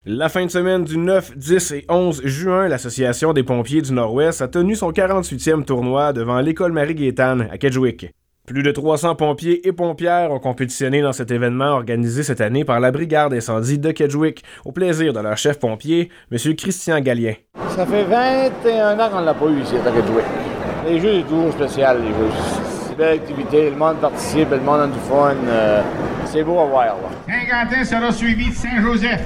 La fin de semaine du 9, 10 et 11 juin, l'Association des pompiers du Nord-Ouest a tenu son 48e tournoi devant l'école Marie-Gaétane à Kedgewick. Plus de 300 pompiers et pompières ont compétitionné dans cet événement organisé cette année par la Brigade incendie de Kedgewick, au plaisir de leur chef pompier, M. Christian Gallien. Ça fait 21 ans qu'on ne l'a pas eu ici à Kedgewick. Les jeux, c'est toujours spécial, les jeux. C'est une belle activité, le monde participe, le monde a du fun. C'est beau à voir, là. Saint-Quentin sera suivi de Saint-Joseph.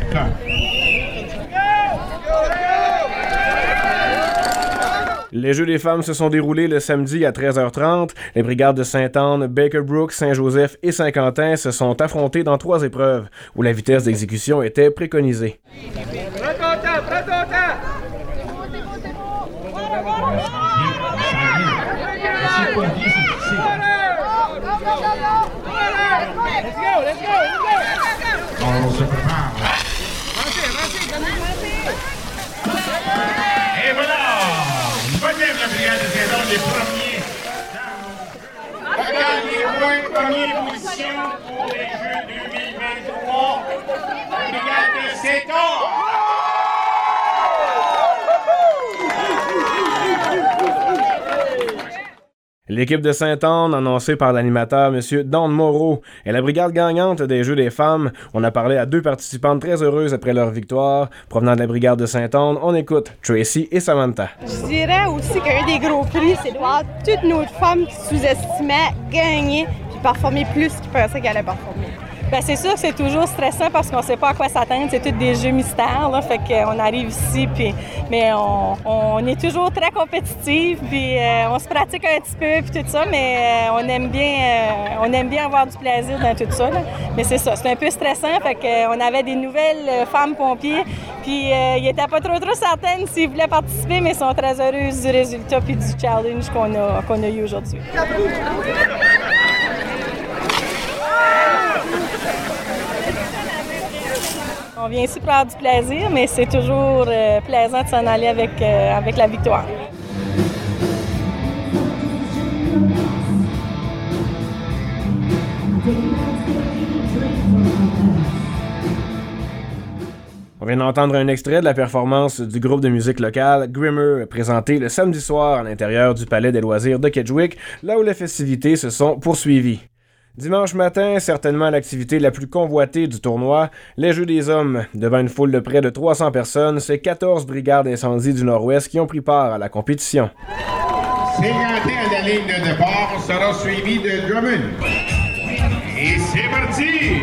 Les Jeux des femmes se sont déroulés le samedi à 13h30. Les brigades de Sainte-Anne, Baker Brook, Saint-Joseph et Saint-Quentin se sont affrontées dans 3 épreuves, où la vitesse d'exécution était préconisée. Prends ton temps! Let's go! On se prépare. Et voilà! Bonne la brigade de Saint-Anne, les premiers. Regardez-moi, première position pour les Jeux 2023. Brigade de Saint-Anne. L'équipe de Sainte-Anne, annoncée par l'animateur M. Don Moreau, est la brigade gagnante des Jeux des femmes. On a parlé à 2 participantes très heureuses après leur victoire. Provenant de la brigade de Sainte-Anne, on écoute Tracy et Samantha. Je dirais aussi qu'un des gros prix, c'est de voir toutes nos femmes qui sous-estimaient gagner puis performer plus qu'ils pensaient qu'elles allaient performer. Bien, c'est sûr que c'est toujours stressant parce qu'on ne sait pas à quoi s'attendre. C'est tous des jeux mystères, là, fait qu'on arrive ici, mais on est toujours très compétitifs, puis on se pratique un petit peu, puis tout ça, mais on aime bien avoir du plaisir dans tout ça. Là. Mais c'est ça, c'est un peu stressant, fait qu'on avait des nouvelles femmes pompiers, puis ils n'étaient pas trop certaines s'ils voulaient participer, mais ils sont très heureuses du résultat puis du challenge qu'on a eu aujourd'hui. On vient ici pour avoir du plaisir, mais c'est toujours plaisant de s'en aller avec la victoire. On vient d'entendre un extrait de la performance du groupe de musique local Grimmer, présenté le samedi soir à l'intérieur du Palais des loisirs de Kedgewick, là où les festivités se sont poursuivies. Dimanche matin, certainement l'activité la plus convoitée du tournoi, les Jeux des hommes. Devant une foule de près de 300 personnes, c'est 14 brigades d'incendie du Nord-Ouest qui ont pris part à la compétition. Saint-Quentin à la ligne de départ sera suivi de Drummond. Et c'est parti!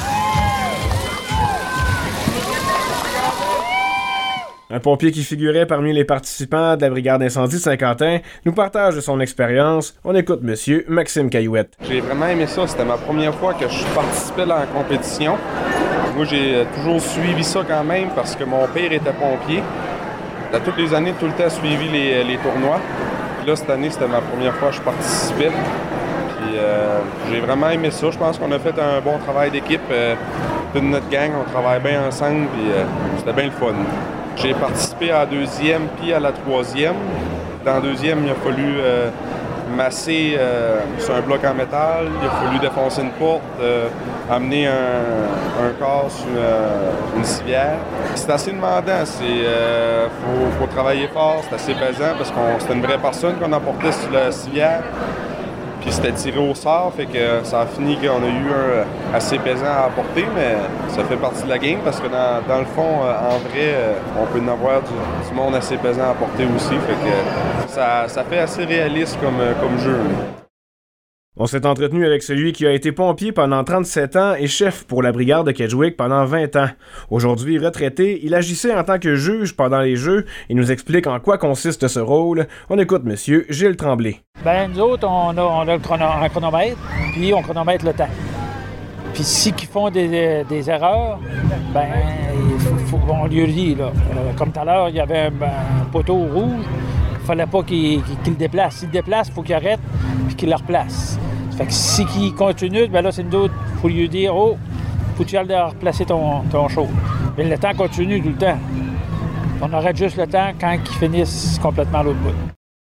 Un pompier qui figurait parmi les participants de la brigade d'incendie de Saint-Quentin nous partage de son expérience. On écoute Monsieur Maxime Caillouette. J'ai vraiment aimé ça. C'était ma première fois que je participais dans la compétition. Moi, j'ai toujours suivi ça quand même parce que mon père était pompier. Il a toutes les années, tout le temps suivi les tournois. Puis là, cette année, c'était ma première fois que je participais. Puis j'ai vraiment aimé ça. Je pense qu'on a fait un bon travail d'équipe. Toute notre gang, on travaille bien ensemble. Puis c'était bien le fun. J'ai participé à la 2e puis à la 3e. Dans la 2e, il a fallu masser sur un bloc en métal. Il a fallu défoncer une porte, amener un corps sur une civière. C'est assez demandant. Faut travailler fort. C'est assez pesant parce que c'était une vraie personne qu'on apportait sur la civière. Puis c'était tiré au sort, fait que ça a fini qu'on a eu un assez pesant à apporter, mais ça fait partie de la game parce que dans le fond, en vrai, on peut en avoir du monde assez pesant à apporter aussi, fait que ça fait assez réaliste comme jeu. On s'est entretenu avec celui qui a été pompier pendant 37 ans et chef pour la brigade de Kedgewick pendant 20 ans. Aujourd'hui retraité, il agissait en tant que juge pendant les Jeux et nous explique en quoi consiste ce rôle. On écoute Monsieur Gilles Tremblay. Ben nous autres, on a un chronomètre, puis on chronomètre le temps. Puis si ils font des erreurs, ben on lui dit, là. Comme tout à l'heure, il y avait un poteau rouge, il fallait pas qu'il le déplace. S'il le déplace, il faut qu'il arrête puis qu'il le replace. Fait que si il continue, ben là, c'est nous autres, il faut lui dire, oh, faut-tu aller replacer ton chose. Mais le temps continue tout le temps. On arrête juste le temps quand ils finissent complètement à l'autre bout.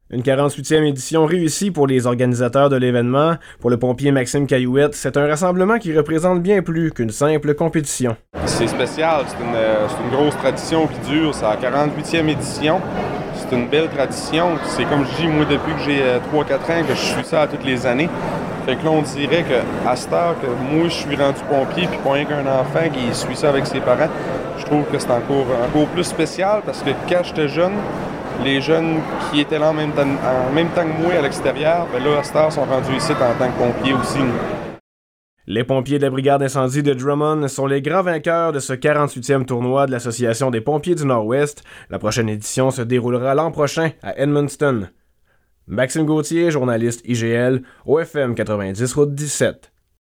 Une 48e édition réussie pour les organisateurs de l'événement. Pour le pompier Maxime Caillouette, c'est un rassemblement qui représente bien plus qu'une simple compétition. C'est spécial, c'est une grosse tradition qui dure, c'est la 48e édition. C'est une belle tradition. C'est comme je dis, moi, depuis que j'ai 3-4 ans, que je suis ça à toutes les années. Fait que là, on dirait qu'à cette heure que moi, je suis rendu pompier, puis pas rien qu'un enfant qui suit ça avec ses parents, je trouve que c'est encore plus spécial parce que quand j'étais jeune, les jeunes qui étaient là en même temps que moi à l'extérieur, ben là, à cette heure, sont rendus ici en tant que pompiers aussi. Les pompiers de la brigade d'incendie de Drummond sont les grands vainqueurs de ce 48e tournoi de l'Association des pompiers du Nord-Ouest. La prochaine édition se déroulera l'an prochain à Edmundston. Maxime Gauthier, journaliste IGL, OFM 90 Route 17.